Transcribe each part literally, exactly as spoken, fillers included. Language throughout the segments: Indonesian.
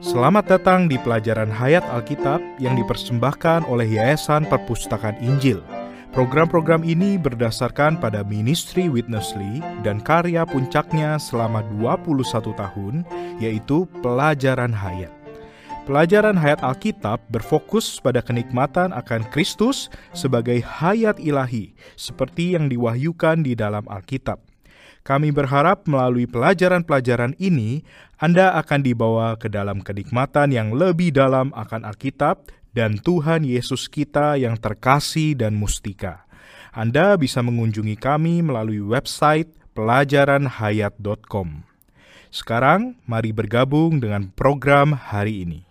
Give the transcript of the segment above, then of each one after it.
Selamat datang di pelajaran Hayat Alkitab yang dipersembahkan oleh Yayasan Perpustakaan Injil. Program-program ini berdasarkan pada Ministry Witnessly dan karya puncaknya selama dua puluh satu tahun, yaitu Pelajaran Hayat. Pelajaran Hayat Alkitab berfokus pada kenikmatan akan Kristus sebagai hayat ilahi, seperti yang diwahyukan di dalam Alkitab. Kami berharap melalui pelajaran-pelajaran ini, Anda akan dibawa ke dalam kenikmatan yang lebih dalam akan Alkitab dan Tuhan Yesus kita yang terkasih dan mustika. Anda bisa mengunjungi kami melalui website pelajaran hayat dot com. Sekarang, mari bergabung dengan program hari ini.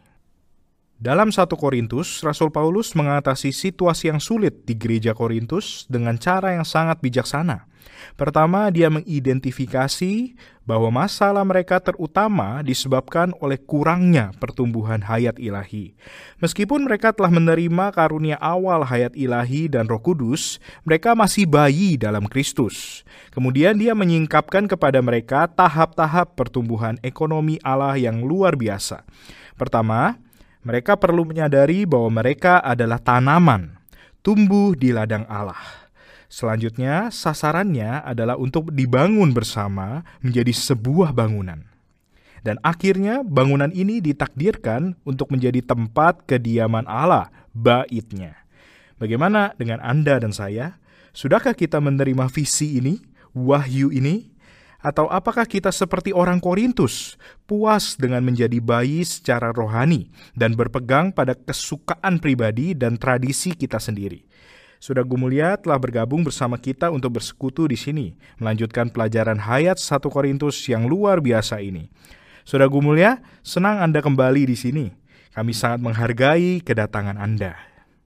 Dalam satu Korintus, Rasul Paulus mengatasi situasi yang sulit di gereja Korintus dengan cara yang sangat bijaksana. Pertama, dia mengidentifikasi bahwa masalah mereka terutama disebabkan oleh kurangnya pertumbuhan hayat ilahi. Meskipun mereka telah menerima karunia awal hayat ilahi dan Roh Kudus, mereka masih bayi dalam Kristus. Kemudian dia menyingkapkan kepada mereka tahap-tahap pertumbuhan ekonomi Allah yang luar biasa. Pertama, mereka perlu menyadari bahwa mereka adalah tanaman, tumbuh di ladang Allah. Selanjutnya, sasarannya adalah untuk dibangun bersama menjadi sebuah bangunan. Dan akhirnya, bangunan ini ditakdirkan untuk menjadi tempat kediaman Allah, Bait-Nya. Bagaimana dengan Anda dan saya? Sudahkah kita menerima visi ini, wahyu ini? Atau apakah kita seperti orang Korintus, puas dengan menjadi bayi secara rohani dan berpegang pada kesukaan pribadi dan tradisi kita sendiri? Saudara Mulia telah bergabung bersama kita untuk bersekutu di sini, melanjutkan pelajaran Hayat satu Korintus yang luar biasa ini. Saudara Mulia, senang Anda kembali di sini. Kami sangat menghargai kedatangan Anda.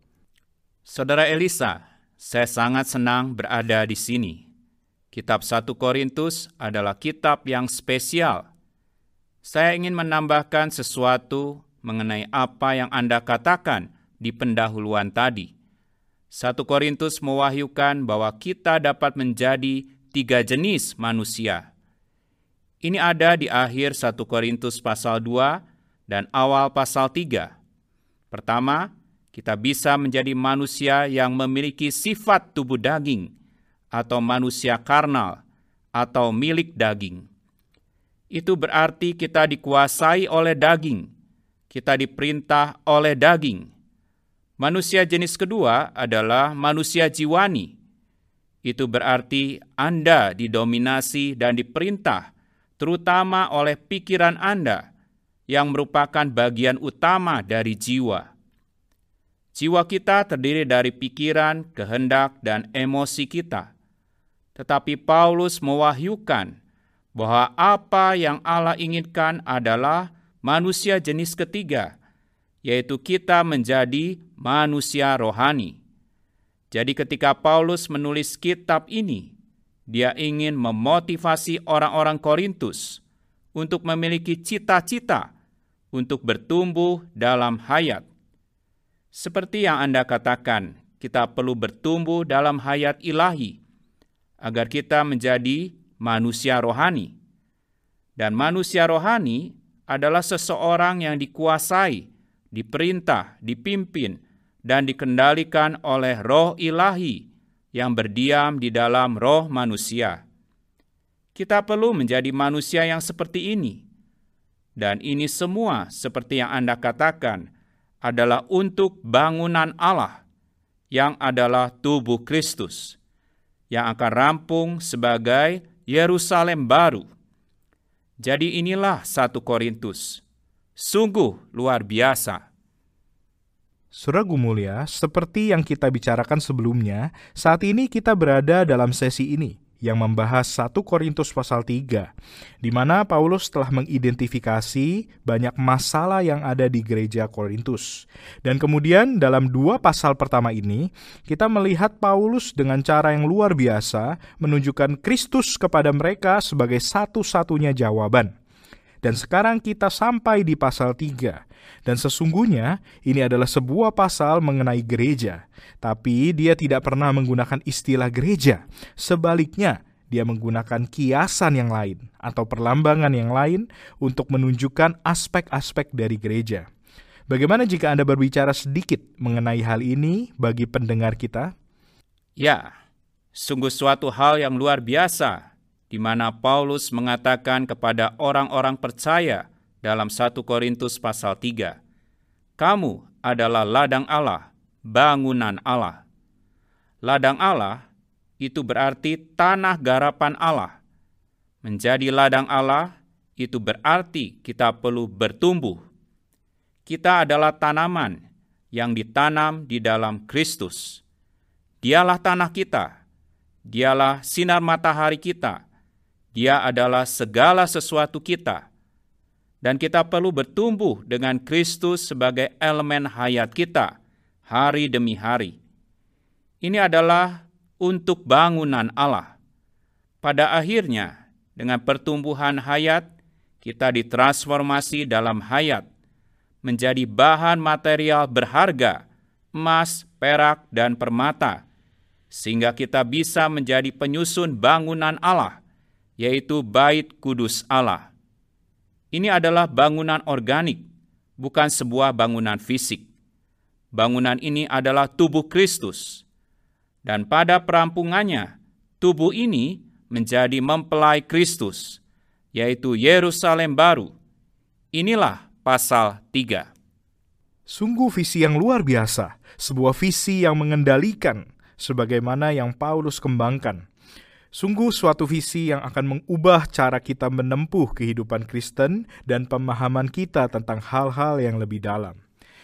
Saudara Elisa, saya sangat senang berada di sini. Kitab satu Korintus adalah kitab yang spesial. Saya ingin menambahkan sesuatu mengenai apa yang Anda katakan di pendahuluan tadi. satu Korintus mewahyukan bahwa kita dapat menjadi tiga jenis manusia. Ini ada di akhir satu Korintus pasal dua dan awal pasal tiga. Pertama, kita bisa menjadi manusia yang memiliki sifat tubuh daging, atau manusia karnal, atau milik daging. Itu berarti kita dikuasai oleh daging, kita diperintah oleh daging. Manusia jenis kedua adalah manusia jiwani. Itu berarti Anda didominasi dan diperintah, terutama oleh pikiran Anda, yang merupakan bagian utama dari jiwa. Jiwa kita terdiri dari pikiran, kehendak, dan emosi kita. Tetapi Paulus mewahyukan bahwa apa yang Allah inginkan adalah manusia jenis ketiga, yaitu kita menjadi manusia rohani. Jadi ketika Paulus menulis kitab ini, dia ingin memotivasi orang-orang Korintus untuk memiliki cita-cita untuk bertumbuh dalam hayat. Seperti yang Anda katakan, kita perlu bertumbuh dalam hayat ilahi, agar kita menjadi manusia rohani. Dan manusia rohani adalah seseorang yang dikuasai, diperintah, dipimpin, dan dikendalikan oleh roh ilahi yang berdiam di dalam roh manusia. Kita perlu menjadi manusia yang seperti ini. Dan ini semua, seperti yang Anda katakan, adalah untuk bangunan Allah, yang adalah tubuh Kristus, yang akan rampung sebagai Yerusalem baru. Jadi inilah satu Korintus. Sungguh luar biasa. Saudara Mulia, seperti yang kita bicarakan sebelumnya, saat ini kita berada dalam sesi ini yang membahas satu Korintus pasal tiga, di mana Paulus telah mengidentifikasi banyak masalah yang ada di gereja Korintus. Dan kemudian dalam dua pasal pertama ini, kita melihat Paulus dengan cara yang luar biasa menunjukkan Kristus kepada mereka sebagai satu-satunya jawaban. Dan sekarang kita sampai di pasal tiga. Dan sesungguhnya ini adalah sebuah pasal mengenai gereja. Tapi dia tidak pernah menggunakan istilah gereja. Sebaliknya, dia menggunakan kiasan yang lain atau perlambangan yang lain untuk menunjukkan aspek-aspek dari gereja. Bagaimana jika Anda berbicara sedikit mengenai hal ini bagi pendengar kita? Ya, sungguh suatu hal yang luar biasa, di mana Paulus mengatakan kepada orang-orang percaya dalam satu Korintus pasal tiga, "Kamu adalah ladang Allah, bangunan Allah." Ladang Allah itu berarti tanah garapan Allah. Menjadi ladang Allah itu berarti kita perlu bertumbuh. Kita adalah tanaman yang ditanam di dalam Kristus. Dialah tanah kita. Dialah sinar matahari kita. Dia adalah segala sesuatu kita. Dan kita perlu bertumbuh dengan Kristus sebagai elemen hayat kita, hari demi hari. Ini adalah untuk bangunan Allah. Pada akhirnya, dengan pertumbuhan hayat, kita ditransformasi dalam hayat, menjadi bahan material berharga, emas, perak, dan permata, sehingga kita bisa menjadi penyusun bangunan Allah, yaitu Bait Kudus Allah. Ini adalah bangunan organik, bukan sebuah bangunan fisik. Bangunan ini adalah tubuh Kristus. Dan pada perampungannya, tubuh ini menjadi mempelai Kristus, yaitu Yerusalem baru. Inilah pasal tiga. Sungguh visi yang luar biasa, sebuah visi yang mengendalikan sebagaimana yang Paulus kembangkan. Sungguh suatu visi yang akan mengubah cara kita menempuh kehidupan Kristen dan pemahaman kita tentang hal-hal yang lebih dalam.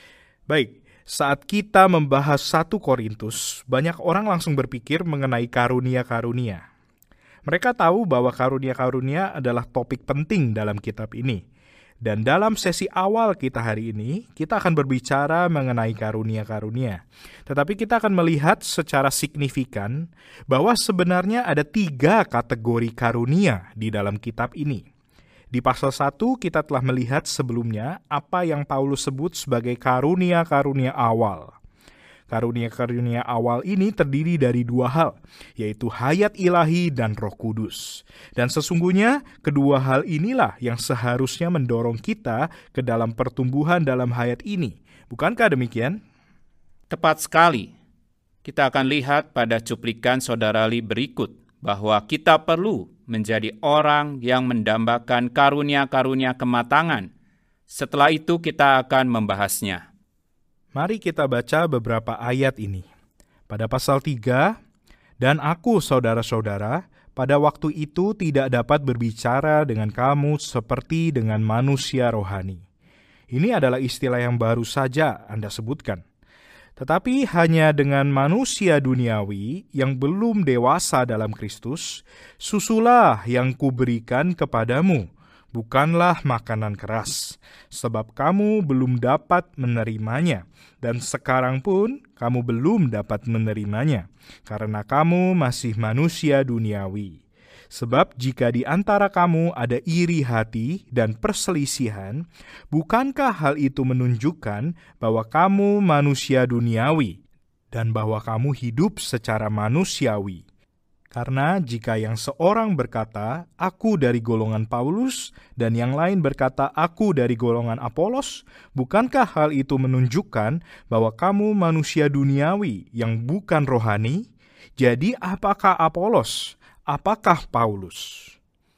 Baik, saat kita membahas satu Korintus, banyak orang langsung berpikir mengenai karunia-karunia. Mereka tahu bahwa karunia-karunia adalah topik penting dalam kitab ini. Dan dalam sesi awal kita hari ini, kita akan berbicara mengenai karunia-karunia. Tetapi kita akan melihat secara signifikan bahwa sebenarnya ada tiga kategori karunia di dalam kitab ini. Di pasal satu kita telah melihat sebelumnya apa yang Paulus sebut sebagai karunia-karunia awal. Karunia-karunia awal ini terdiri dari dua hal, yaitu hayat ilahi dan Roh Kudus. Dan sesungguhnya kedua hal inilah yang seharusnya mendorong kita ke dalam pertumbuhan dalam hayat ini. Bukankah demikian? Tepat sekali. Kita akan lihat pada cuplikan Saudara Li berikut bahwa kita perlu menjadi orang yang mendambakan karunia-karunia kematangan. Setelah itu kita akan membahasnya. Mari kita baca beberapa ayat ini. Pada pasal tiga, "Dan aku, saudara-saudara, pada waktu itu tidak dapat berbicara dengan kamu seperti dengan manusia rohani." Ini adalah istilah yang baru saja Anda sebutkan. Tetapi hanya dengan manusia duniawi yang belum dewasa dalam Kristus, susulah yang kuberikan kepadamu, bukanlah makanan keras, sebab kamu belum dapat menerimanya, dan sekarang pun kamu belum dapat menerimanya, karena kamu masih manusia duniawi. Sebab jika di antara kamu ada iri hati dan perselisihan, bukankah hal itu menunjukkan bahwa kamu manusia duniawi, dan bahwa kamu hidup secara manusiawi? Karena jika yang seorang berkata, "Aku dari golongan Paulus," dan yang lain berkata, "Aku dari golongan Apolos," bukankah hal itu menunjukkan bahwa kamu manusia duniawi yang bukan rohani? Jadi apakah Apolos? Apakah Paulus?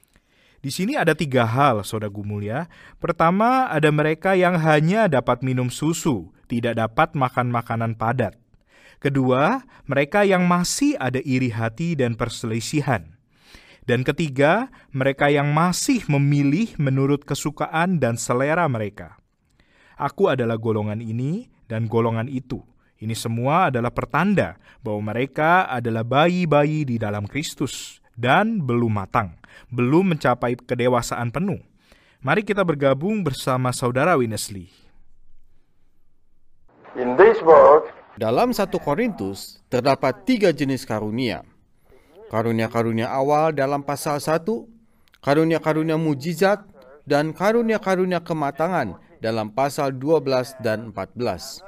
Di sini ada tiga hal, saudaraku mulia. Pertama, ada mereka yang hanya dapat minum susu, tidak dapat makan makanan padat. Kedua, mereka yang masih ada iri hati dan perselisihan. Dan ketiga, mereka yang masih memilih menurut kesukaan dan selera mereka. Aku adalah golongan ini dan golongan itu. Ini semua adalah pertanda bahwa mereka adalah bayi-bayi di dalam Kristus dan belum matang, belum mencapai kedewasaan penuh. Mari kita bergabung bersama Saudara Winnesley. In this book, dalam satu Korintus terdapat tiga jenis karunia. Karunia-karunia awal dalam pasal satu, karunia-karunia mujizat, dan karunia-karunia kematangan dalam pasal dua belas dan empat belas.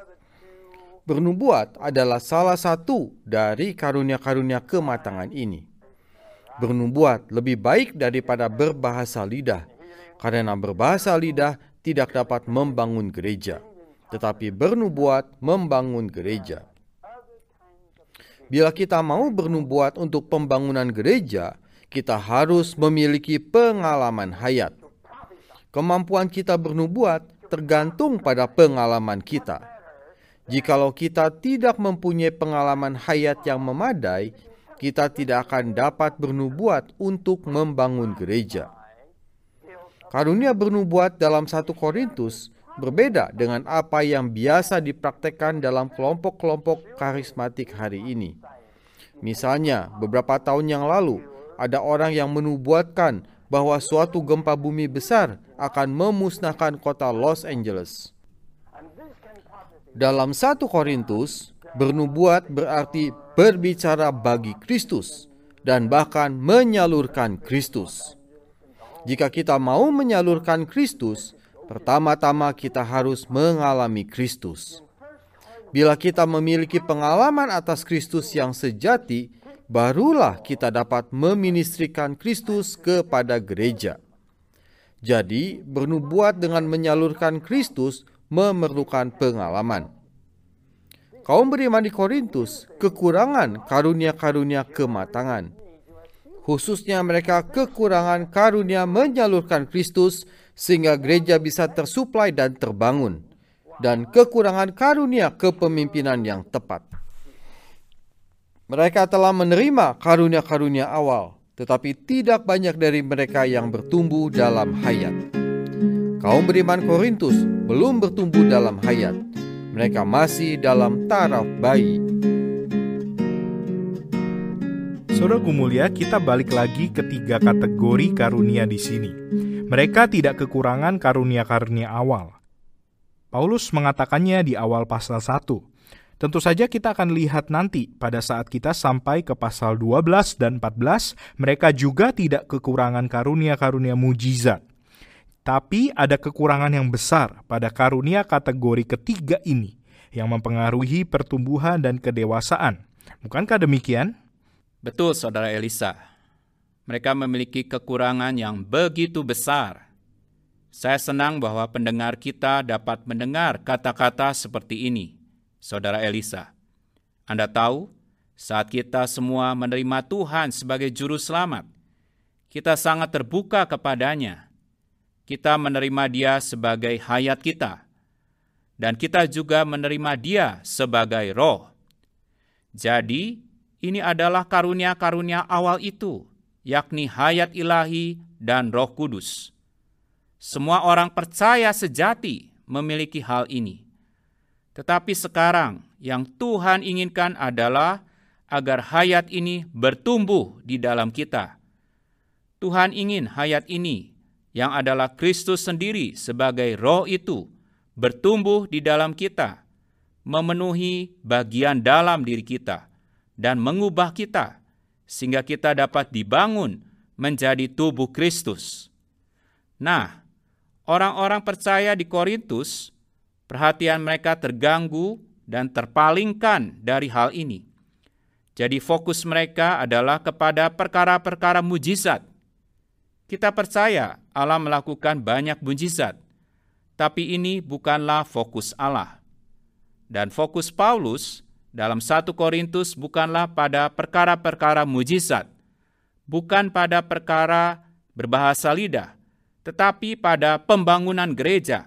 Bernubuat adalah salah satu dari karunia-karunia kematangan ini. bernubuat lebih baik daripada berbahasa lidah, karena berbahasa lidah tidak dapat membangun gereja, tetapi bernubuat membangun gereja. Bila kita mau bernubuat untuk pembangunan gereja, kita harus memiliki pengalaman hayat. Kemampuan kita bernubuat tergantung pada pengalaman kita. Jikalau kita tidak mempunyai pengalaman hayat yang memadai, kita tidak akan dapat bernubuat untuk membangun gereja. Karunia bernubuat dalam satu Korintus berbeda dengan apa yang biasa dipraktekkan dalam kelompok-kelompok karismatik hari ini. Misalnya, beberapa tahun yang lalu, ada orang yang menubuatkan bahwa suatu gempa bumi besar akan memusnahkan kota Los Angeles. Dalam satu Korintus, bernubuat berarti berbicara bagi Kristus dan bahkan menyalurkan Kristus. Jika kita mau menyalurkan Kristus, pertama-tama kita harus mengalami Kristus. Bila kita memiliki pengalaman atas Kristus yang sejati, barulah kita dapat meministrikan Kristus kepada gereja. Jadi, bernubuat dengan menyalurkan Kristus memerlukan pengalaman. Kaum beriman di Korintus kekurangan karunia-karunia kematangan. Khususnya mereka kekurangan karunia menyalurkan Kristus sehingga gereja bisa tersuplai dan terbangun, dan kekurangan karunia kepemimpinan yang tepat. Mereka telah menerima karunia-karunia awal, tetapi tidak banyak dari mereka yang bertumbuh dalam hayat. Kaum beriman Korintus belum bertumbuh dalam hayat. Mereka masih dalam taraf bayi. Saudaraku mulia, kita balik lagi ke tiga kategori karunia di sini. Mereka tidak kekurangan karunia-karunia awal. Paulus mengatakannya di awal pasal satu. Tentu saja kita akan lihat nanti pada saat kita sampai ke pasal dua belas dan empat belas, mereka juga tidak kekurangan karunia-karunia mujizat. Tapi ada kekurangan yang besar pada karunia kategori ketiga ini yang mempengaruhi pertumbuhan dan kedewasaan. Bukankah demikian? Betul, Saudara Elisa. Mereka memiliki kekurangan yang begitu besar. Saya senang bahwa pendengar kita dapat mendengar kata-kata seperti ini, Saudara Elisa. Anda tahu, saat kita semua menerima Tuhan sebagai Juru Selamat, kita sangat terbuka kepadanya. Kita menerima Dia sebagai hayat kita, dan kita juga menerima Dia sebagai roh. Jadi, ini adalah karunia-karunia awal itu, yakni hayat ilahi dan Roh Kudus. Semua orang percaya sejati memiliki hal ini. Tetapi sekarang yang Tuhan inginkan adalah agar hayat ini bertumbuh di dalam kita. Tuhan ingin hayat ini, yang adalah Kristus sendiri sebagai roh itu, bertumbuh di dalam kita, memenuhi bagian dalam diri kita, dan mengubah kita, sehingga kita dapat dibangun menjadi tubuh Kristus. Nah, orang-orang percaya di Korintus, perhatian mereka terganggu dan terpalingkan dari hal ini. Jadi fokus mereka adalah kepada perkara-perkara mujizat. Kita percaya Allah melakukan banyak mujizat, tapi ini bukanlah fokus Allah. Dan fokus Paulus dalam satu Korintus bukanlah pada perkara-perkara mujizat, bukan pada perkara berbahasa lidah, tetapi pada pembangunan gereja.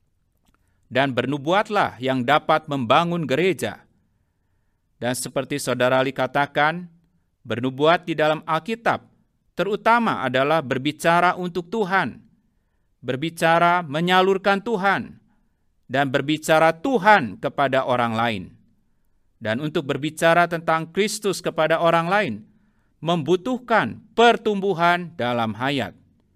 Dan bernubuatlah yang dapat membangun gereja. Dan seperti Saudara Ali katakan, bernubuat di dalam Alkitab terutama adalah berbicara untuk Tuhan, berbicara menyalurkan Tuhan, dan berbicara Tuhan kepada orang lain. Dan untuk berbicara tentang Kristus kepada orang lain, membutuhkan pertumbuhan dalam hayat.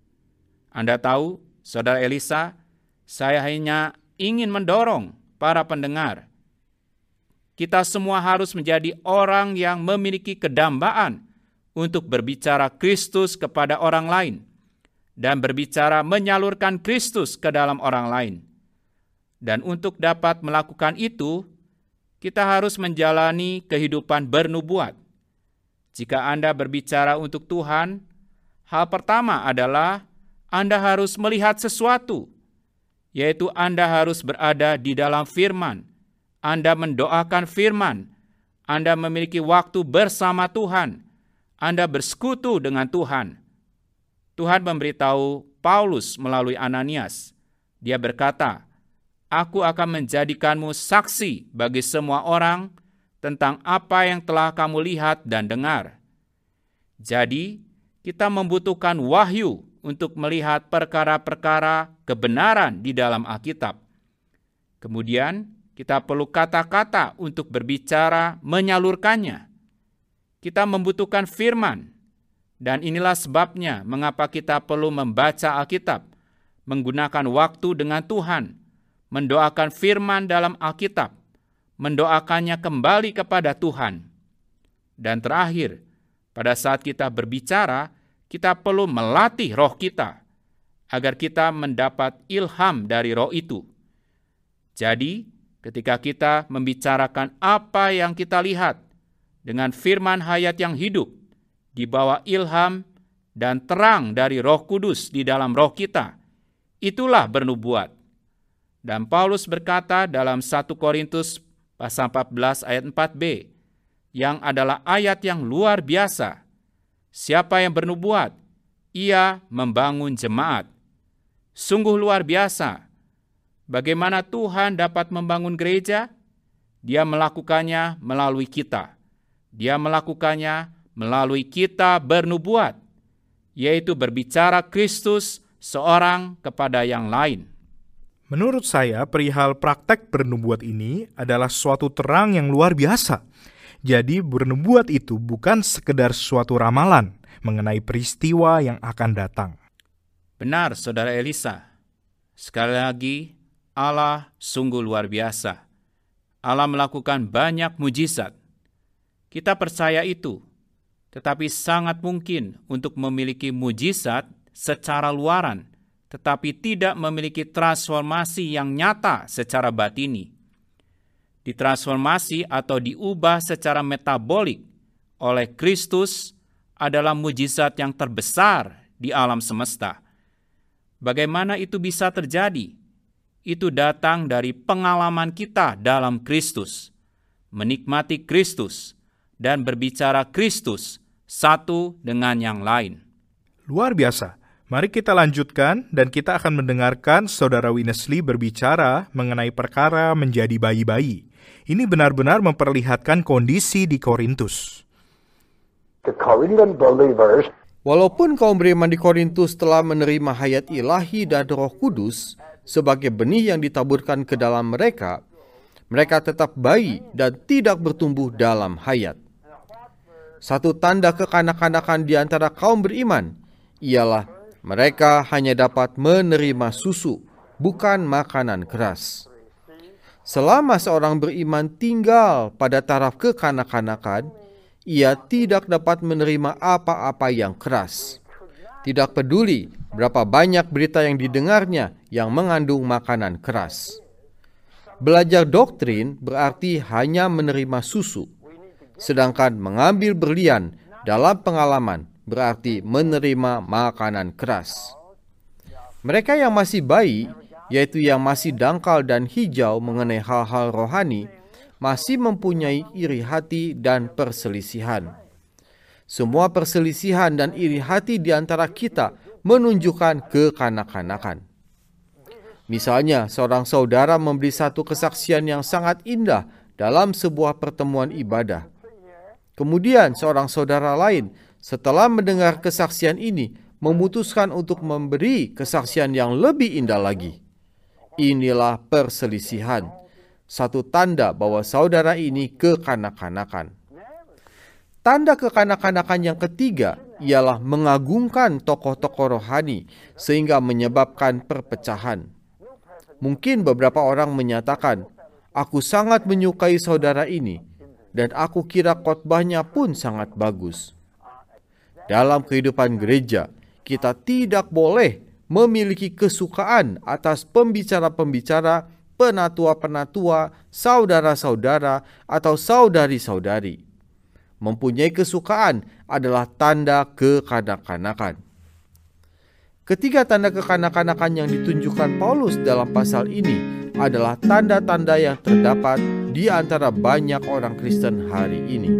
Anda tahu, Saudara Elisa, saya hanya ingin mendorong para pendengar. Kita semua harus menjadi orang yang memiliki kedambaan untuk berbicara Kristus kepada orang lain, dan berbicara menyalurkan Kristus ke dalam orang lain. Dan untuk dapat melakukan itu, kita harus menjalani kehidupan bernubuat. Jika Anda berbicara untuk Tuhan, hal pertama adalah Anda harus melihat sesuatu, yaitu Anda harus berada di dalam firman. Anda mendoakan firman. Anda memiliki waktu bersama Tuhan. Anda bersekutu dengan Tuhan. Tuhan memberitahu Paulus melalui Ananias. Dia berkata, "Aku akan menjadikanmu saksi bagi semua orang tentang apa yang telah kamu lihat dan dengar." Jadi, kita membutuhkan wahyu untuk melihat perkara-perkara kebenaran di dalam Alkitab. Kemudian, kita perlu kata-kata untuk berbicara menyalurkannya. Kita membutuhkan firman, dan inilah sebabnya mengapa kita perlu membaca Alkitab, menggunakan waktu dengan Tuhan, mendoakan firman dalam Alkitab, mendoakannya kembali kepada Tuhan. Dan terakhir, pada saat kita berbicara, kita perlu melatih roh kita, agar kita mendapat ilham dari roh itu. Jadi, ketika kita membicarakan apa yang kita lihat, dengan firman hayat yang hidup, di bawah ilham dan terang dari Roh Kudus di dalam roh kita, itulah bernubuat. Dan Paulus berkata dalam satu Korintus pasal empat belas ayat empat b, yang adalah ayat yang luar biasa. Siapa yang bernubuat? Ia membangun jemaat. Sungguh luar biasa. Bagaimana Tuhan dapat membangun gereja? Dia melakukannya melalui kita. Dia melakukannya melalui kita bernubuat, yaitu berbicara Kristus seorang kepada yang lain. Menurut saya, perihal praktek bernubuat ini adalah suatu terang yang luar biasa. Jadi, bernubuat itu bukan sekedar suatu ramalan mengenai peristiwa yang akan datang. Benar, Saudara Elisa. Sekali lagi, Allah sungguh luar biasa. Allah melakukan banyak mujizat. Kita percaya itu, tetapi sangat mungkin untuk memiliki mujizat secara luaran, tetapi tidak memiliki transformasi yang nyata secara batini. Ditransformasi atau diubah secara metabolik oleh Kristus adalah mujizat yang terbesar di alam semesta. Bagaimana itu bisa terjadi? Itu datang dari pengalaman kita dalam Kristus, menikmati Kristus, dan berbicara Kristus satu dengan yang lain. Luar biasa. Mari kita lanjutkan dan kita akan mendengarkan Saudara Winnesley berbicara mengenai perkara menjadi bayi-bayi. Ini benar-benar memperlihatkan kondisi di Korintus. The Corinthian believers, Walaupun kaum beriman di Korintus telah menerima hayat ilahi dan Roh Kudus sebagai benih yang ditaburkan ke dalam mereka, mereka tetap bayi dan tidak bertumbuh dalam hayat. Satu tanda kekanak-kanakan di antara kaum beriman ialah mereka hanya dapat menerima susu, bukan makanan keras. Selama seorang beriman tinggal pada taraf kekanak-kanakan, ia tidak dapat menerima apa-apa yang keras. Tidak peduli berapa banyak berita yang didengarnya yang mengandung makanan keras. Belajar doktrin berarti hanya menerima susu. Sedangkan mengambil berlian dalam pengalaman berarti menerima makanan keras. Mereka yang masih bayi, yaitu yang masih dangkal dan hijau mengenai hal-hal rohani, masih mempunyai iri hati dan perselisihan. Semua perselisihan dan iri hati di antara kita menunjukkan kekanak-kanakan. Misalnya, seorang saudara memberi satu kesaksian yang sangat indah dalam sebuah pertemuan ibadah. Kemudian seorang saudara lain setelah mendengar kesaksian ini memutuskan untuk memberi kesaksian yang lebih indah lagi. Inilah perselisihan, satu tanda bahwa saudara ini kekanak-kanakan. Tanda kekanak-kanakan yang ketiga ialah mengagungkan tokoh-tokoh rohani sehingga menyebabkan perpecahan. Mungkin beberapa orang menyatakan, "Aku sangat menyukai saudara ini, dan aku kira khotbahnya pun sangat bagus." Dalam kehidupan gereja, kita tidak boleh memiliki kesukaan atas pembicara-pembicara, penatua-penatua, saudara-saudara, atau saudari-saudari. Mempunyai kesukaan adalah tanda kekanak-kanakan. Ketiga tanda kekanak-kanakan yang ditunjukkan Paulus dalam pasal ini adalah tanda-tanda yang terdapat di antara banyak orang Kristen hari ini.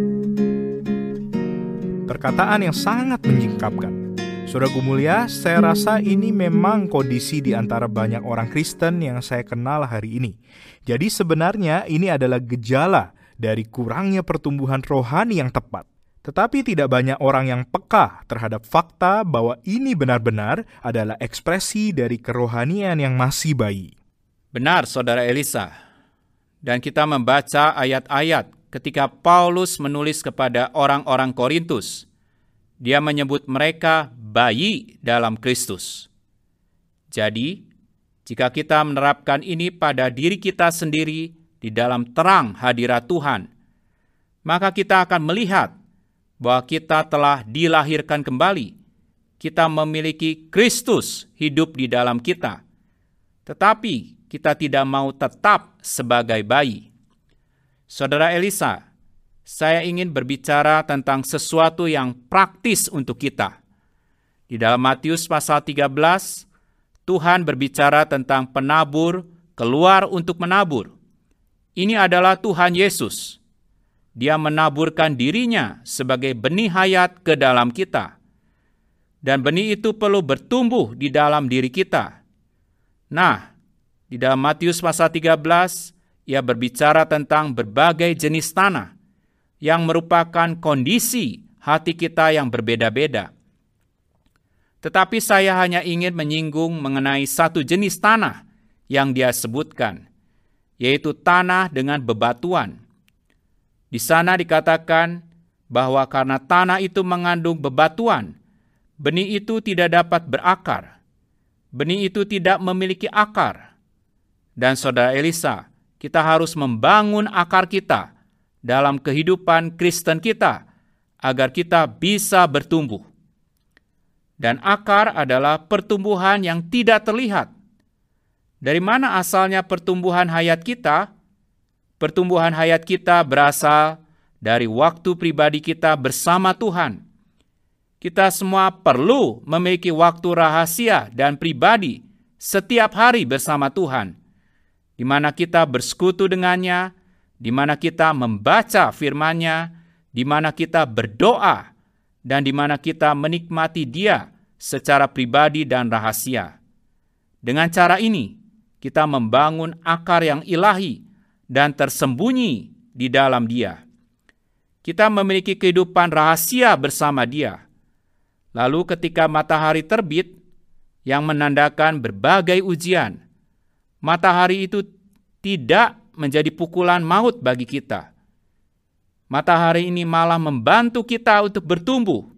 Perkataan yang sangat menyingkapkan. Saudaraku mulia, saya rasa ini memang kondisi di antara banyak orang Kristen yang saya kenal hari ini. Jadi sebenarnya ini adalah gejala dari kurangnya pertumbuhan rohani yang tepat. Tetapi tidak banyak orang yang peka terhadap fakta bahwa ini benar-benar adalah ekspresi dari kerohanian yang masih bayi. Benar, Saudara Elisa. Dan kita membaca ayat-ayat ketika Paulus menulis kepada orang-orang Korintus. Dia menyebut mereka bayi dalam Kristus. Jadi, jika kita menerapkan ini pada diri kita sendiri di dalam terang hadirat Tuhan, maka kita akan melihat bahwa kita telah dilahirkan kembali. Kita memiliki Kristus hidup di dalam kita. Tetapi kita tidak mau tetap sebagai bayi. Saudara Elisa, saya ingin berbicara tentang sesuatu yang praktis untuk kita. Di dalam Matius pasal tiga belas, Tuhan berbicara tentang penabur keluar untuk menabur. Ini adalah Tuhan Yesus. Dia menaburkan dirinya sebagai benih hayat ke dalam kita. Dan benih itu perlu bertumbuh di dalam diri kita. Nah, di dalam Matius pasal tiga belas, ia berbicara tentang berbagai jenis tanah yang merupakan kondisi hati kita yang berbeda-beda. Tetapi saya hanya ingin menyinggung mengenai satu jenis tanah yang dia sebutkan, yaitu tanah dengan bebatuan. Di sana dikatakan bahwa karena tanah itu mengandung bebatuan, benih itu tidak dapat berakar. Benih itu tidak memiliki akar. Dan Saudara Elisa, kita harus membangun akar kita dalam kehidupan Kristen kita agar kita bisa bertumbuh. Dan akar adalah pertumbuhan yang tidak terlihat. Dari mana asalnya pertumbuhan hayat kita? Pertumbuhan hayat kita berasal dari waktu pribadi kita bersama Tuhan. Kita semua perlu memiliki waktu rahasia dan pribadi setiap hari bersama Tuhan, di mana kita bersekutu dengannya, di mana kita membaca firman-Nya, di mana kita berdoa, dan di mana kita menikmati Dia secara pribadi dan rahasia. Dengan cara ini, kita membangun akar yang ilahi dan tersembunyi di dalam Dia. Kita memiliki kehidupan rahasia bersama Dia. Lalu ketika matahari terbit, yang menandakan berbagai ujian, matahari itu tidak menjadi pukulan maut bagi kita. Matahari ini malah membantu kita untuk bertumbuh.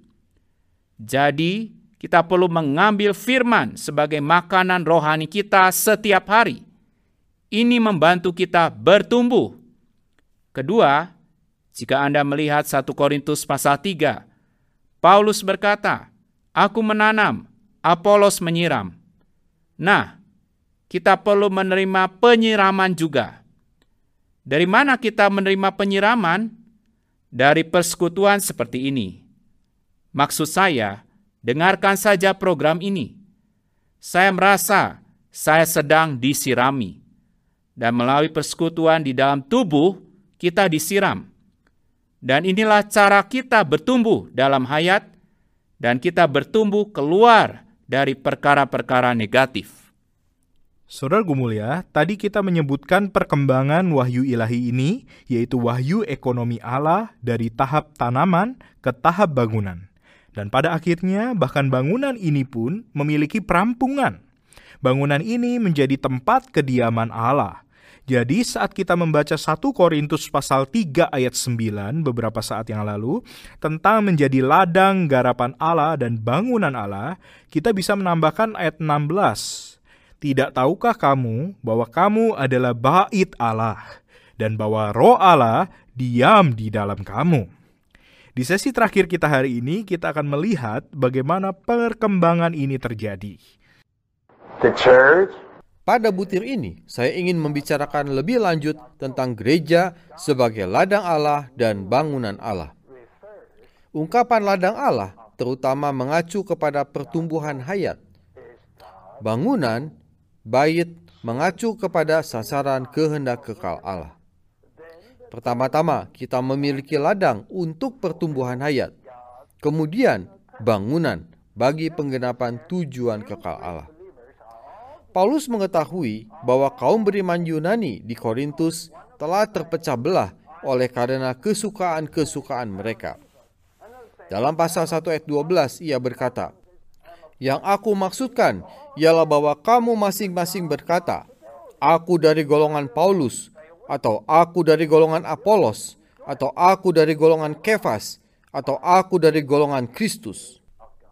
Jadi, kita perlu mengambil firman sebagai makanan rohani kita setiap hari. Ini membantu kita bertumbuh. Kedua, jika Anda melihat satu Korintus pasal tiga, Paulus berkata, "Aku menanam, Apolos menyiram." Nah, kita perlu menerima penyiraman juga. Dari mana kita menerima penyiraman? Dari persekutuan seperti ini. Maksud saya, dengarkan saja program ini. Saya merasa saya sedang disirami. Dan melalui persekutuan di dalam tubuh, kita disiram. Dan inilah cara kita bertumbuh dalam hayat, dan kita bertumbuh keluar dari perkara-perkara negatif. Saudaraku mulia, tadi kita menyebutkan perkembangan wahyu ilahi ini, yaitu wahyu ekonomi Allah dari tahap tanaman ke tahap bangunan. Dan pada akhirnya, bahkan bangunan ini pun memiliki perampungan. Bangunan ini menjadi tempat kediaman Allah. Jadi saat kita membaca satu Korintus pasal tiga ayat sembilan beberapa saat yang lalu tentang menjadi ladang garapan Allah dan bangunan Allah, kita bisa menambahkan ayat enam belas. Tidak tahukah kamu bahwa kamu adalah bait Allah dan bahwa Roh Allah diam di dalam kamu? Di sesi terakhir kita hari ini, kita akan melihat bagaimana perkembangan ini terjadi. The church. Pada butir ini, saya ingin membicarakan lebih lanjut tentang gereja sebagai ladang Allah dan bangunan Allah. Ungkapan ladang Allah terutama mengacu kepada pertumbuhan hayat. Bangunan, bait, mengacu kepada sasaran kehendak kekal Allah. Pertama-tama, kita memiliki ladang untuk pertumbuhan hayat. Kemudian, bangunan bagi penggenapan tujuan kekal Allah. Paulus mengetahui bahwa kaum beriman Yunani di Korintus telah terpecah belah oleh karena kesukaan-kesukaan mereka. Dalam pasal satu ayat dua belas ia berkata, "Yang aku maksudkan ialah bahwa kamu masing-masing berkata, aku dari golongan Paulus, atau aku dari golongan Apolos, atau aku dari golongan Kefas, atau aku dari golongan Kristus."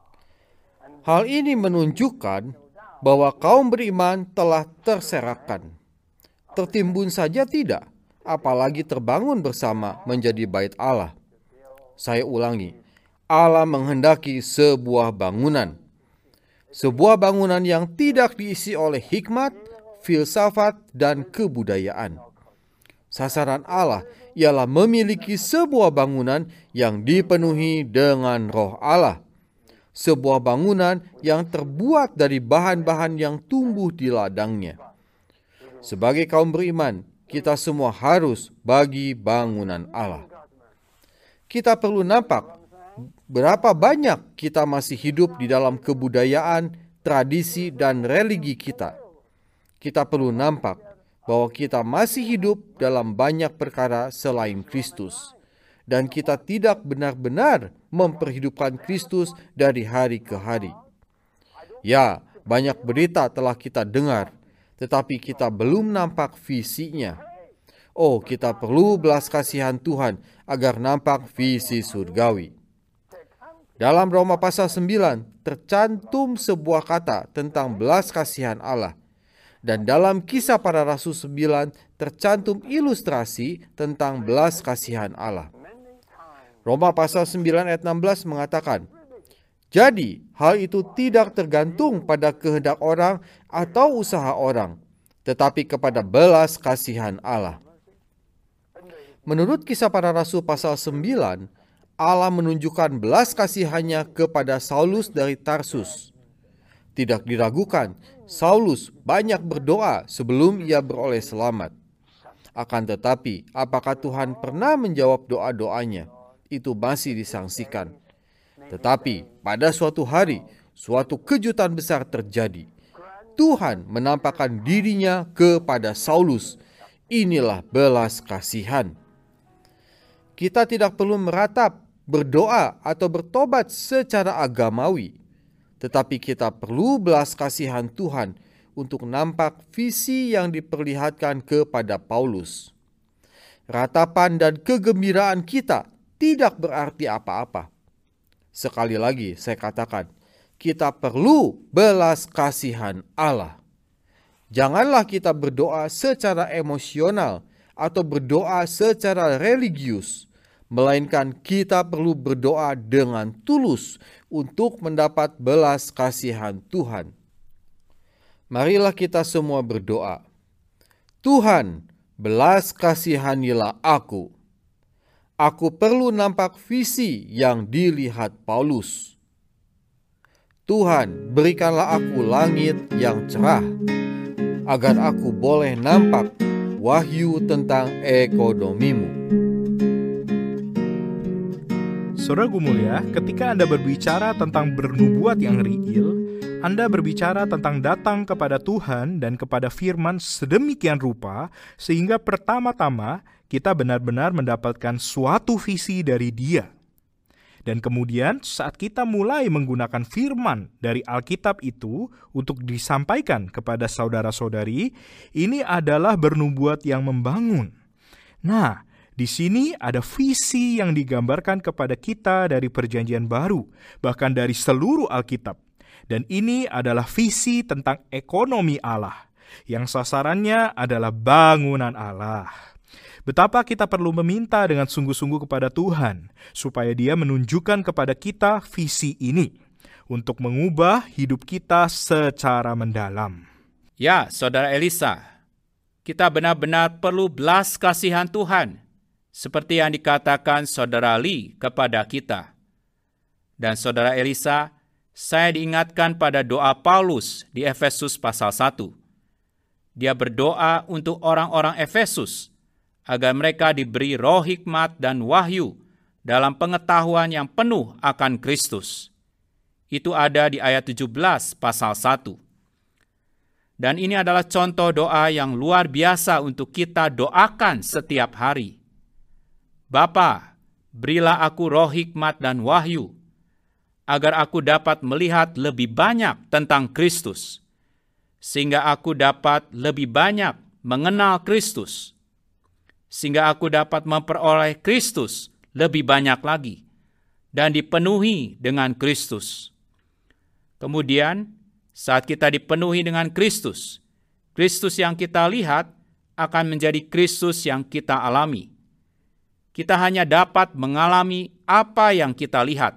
Hal ini menunjukkan bahwa kaum beriman telah terserakkan. Tertimbun saja tidak, apalagi terbangun bersama menjadi bait Allah. Saya ulangi, Allah menghendaki sebuah bangunan. Sebuah bangunan yang tidak diisi oleh hikmat, filsafat, dan kebudayaan. Sasaran Allah ialah memiliki sebuah bangunan yang dipenuhi dengan roh Allah. Sebuah bangunan yang terbuat dari bahan-bahan yang tumbuh di ladangnya. Sebagai kaum beriman, kita semua harus bagi bangunan Allah. Kita perlu nampak berapa banyak kita masih hidup di dalam kebudayaan, tradisi, dan religi kita. Kita perlu nampak bahwa kita masih hidup dalam banyak perkara selain Kristus. Dan kita tidak benar-benar memperhidupkan Kristus dari hari ke hari. Ya, banyak berita telah kita dengar, tetapi kita belum nampak visinya. Oh, kita perlu belas kasihan Tuhan agar nampak visi surgawi. Dalam Roma pasal sembilan tercantum sebuah kata tentang belas kasihan Allah. Dan dalam Kisah Para Rasul sembilan tercantum ilustrasi tentang belas kasihan Allah. Roma pasal sembilan ayat enam belas mengatakan, "Jadi hal itu tidak tergantung pada kehendak orang atau usaha orang, tetapi kepada belas kasihan Allah." Menurut Kisah Para Rasul pasal sembilan, Allah menunjukkan belas kasihannya kepada Saulus dari Tarsus. Tidak diragukan, Saulus banyak berdoa sebelum ia beroleh selamat. Akan tetapi, apakah Tuhan pernah menjawab doa-doanya? Itu masih disangsikan. Tetapi pada suatu hari, suatu kejutan besar terjadi. Tuhan menampakkan dirinya kepada Saulus. Inilah belas kasihan. Kita tidak perlu meratap, berdoa, atau bertobat secara agamawi. Tetapi kita perlu belas kasihan Tuhan untuk nampak visi yang diperlihatkan kepada Paulus. Ratapan dan kegembiraan kita tidak berarti apa-apa. Sekali lagi saya katakan, kita perlu belas kasihan Allah. Janganlah kita berdoa secara emosional atau berdoa secara religius, melainkan kita perlu berdoa dengan tulus untuk mendapat belas kasihan Tuhan. Marilah kita semua berdoa. Tuhan, belas kasihanilah aku. Aku perlu nampak visi yang dilihat Paulus. Tuhan, berikanlah aku langit yang cerah, agar aku boleh nampak wahyu tentang ekonomimu. Saudaraku mulia, ketika Anda berbicara tentang bernubuat yang real, Anda berbicara tentang datang kepada Tuhan dan kepada firman sedemikian rupa, sehingga pertama-tama kita benar-benar mendapatkan suatu visi dari Dia. Dan kemudian saat kita mulai menggunakan firman dari Alkitab itu untuk disampaikan kepada saudara-saudari, ini adalah bernubuat yang membangun. Nah, di sini ada visi yang digambarkan kepada kita dari Perjanjian Baru, bahkan dari seluruh Alkitab. Dan ini adalah visi tentang ekonomi Allah, yang sasarannya adalah bangunan Allah. Betapa kita perlu meminta dengan sungguh-sungguh kepada Tuhan, supaya Dia menunjukkan kepada kita visi ini, untuk mengubah hidup kita secara mendalam. Ya, Saudara Elisa, kita benar-benar perlu belas kasihan Tuhan, seperti yang dikatakan Saudara Lee kepada kita. Dan Saudara Elisa, saya diingatkan pada doa Paulus di Efesus pasal satu. Dia berdoa untuk orang-orang Efesus agar mereka diberi roh hikmat dan wahyu dalam pengetahuan yang penuh akan Kristus. Itu ada di ayat tujuh belas pasal satu. Dan ini adalah contoh doa yang luar biasa untuk kita doakan setiap hari. Bapa, berilah aku roh hikmat dan wahyu, agar aku dapat melihat lebih banyak tentang Kristus, sehingga aku dapat lebih banyak mengenal Kristus, sehingga aku dapat memperoleh Kristus lebih banyak lagi, dan dipenuhi dengan Kristus. Kemudian, saat kita dipenuhi dengan Kristus, Kristus yang kita lihat akan menjadi Kristus yang kita alami. Kita hanya dapat mengalami apa yang kita lihat.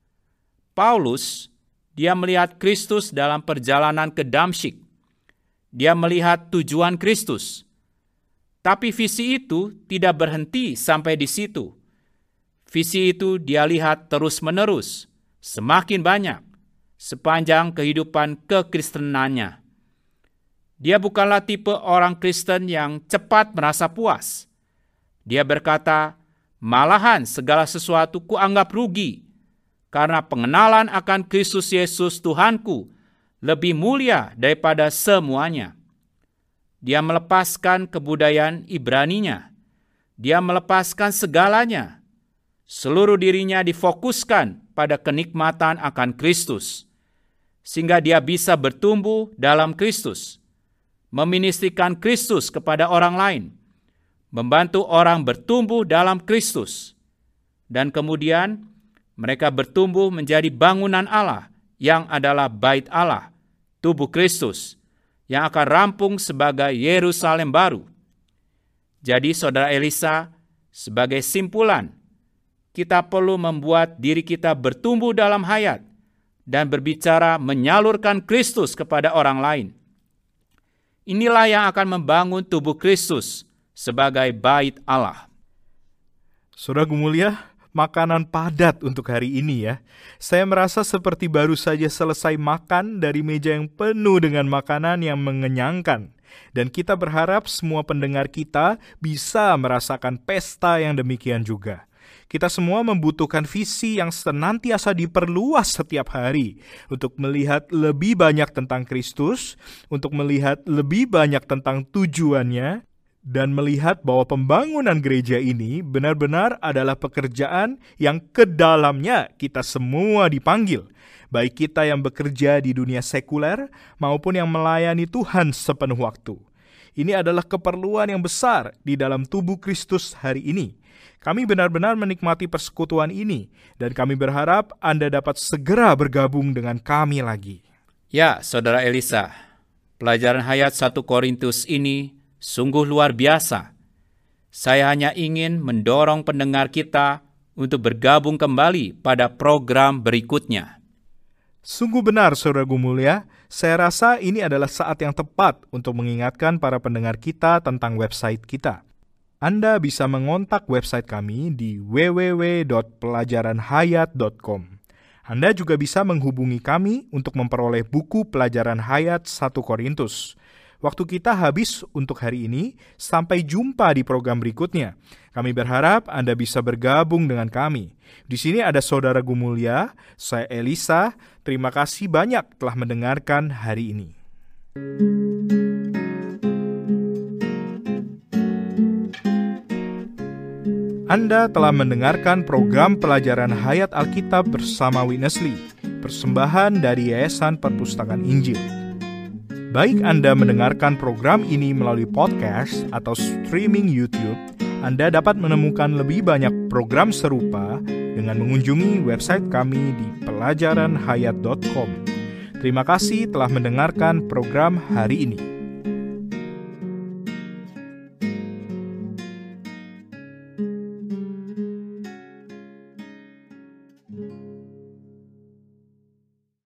Paulus, dia melihat Kristus dalam perjalanan ke Damsyik. Dia melihat tujuan Kristus. Tapi visi itu tidak berhenti sampai di situ. Visi itu dia lihat terus-menerus, semakin banyak, sepanjang kehidupan kekristenannya. Dia bukanlah tipe orang Kristen yang cepat merasa puas. Dia berkata, malahan segala sesuatu kuanggap rugi, karena pengenalan akan Kristus Yesus Tuhanku lebih mulia daripada semuanya. Dia melepaskan kebudayaan Ibraninya. Dia melepaskan segalanya. Seluruh dirinya difokuskan pada kenikmatan akan Kristus, sehingga dia bisa bertumbuh dalam Kristus, meministrikan Kristus kepada orang lain, membantu orang bertumbuh dalam Kristus, dan kemudian mereka bertumbuh menjadi bangunan Allah yang adalah bait Allah, tubuh Kristus, yang akan rampung sebagai Yerusalem baru. Jadi Saudara Elisa, sebagai simpulan, kita perlu membuat diri kita bertumbuh dalam hayat dan berbicara menyalurkan Kristus kepada orang lain. Inilah yang akan membangun tubuh Kristus sebagai bait Allah. Saudara mulia, makanan padat untuk hari ini ya. Saya merasa seperti baru saja selesai makan dari meja yang penuh dengan makanan yang mengenyangkan. Dan kita berharap semua pendengar kita bisa merasakan pesta yang demikian juga. Kita semua membutuhkan visi yang senantiasa diperluas setiap hari untuk melihat lebih banyak tentang Kristus, untuk melihat lebih banyak tentang tujuannya, dan melihat bahwa pembangunan gereja ini benar-benar adalah pekerjaan yang ke dalamnya kita semua dipanggil, baik kita yang bekerja di dunia sekuler maupun yang melayani Tuhan sepenuh waktu. Ini adalah keperluan yang besar di dalam tubuh Kristus hari ini. Kami benar-benar menikmati persekutuan ini, dan kami berharap Anda dapat segera bergabung dengan kami lagi. Ya, Saudara Elisa, pelajaran hayat satu Korintus ini sungguh luar biasa. Saya hanya ingin mendorong pendengar kita untuk bergabung kembali pada program berikutnya. Sungguh benar, Saudaraku mulia. Saya rasa ini adalah saat yang tepat untuk mengingatkan para pendengar kita tentang website kita. Anda bisa mengontak website kami di w w w dot pelajaran hayat dot com. Anda juga bisa menghubungi kami untuk memperoleh buku Pelajaran Hayat satu Korintus. Waktu kita habis untuk hari ini, sampai jumpa di program berikutnya. Kami berharap Anda bisa bergabung dengan kami. Di sini ada Saudara Gumulia, saya Elisa. Terima kasih banyak telah mendengarkan hari ini. Anda telah mendengarkan program Pelajaran Hayat Alkitab bersama Witnessly, persembahan dari Yayasan Perpustakaan Injil. Baik Anda mendengarkan program ini melalui podcast atau streaming YouTube, Anda dapat menemukan lebih banyak program serupa dengan mengunjungi website kami di pelajaran hayat dot com. Terima kasih telah mendengarkan program hari ini.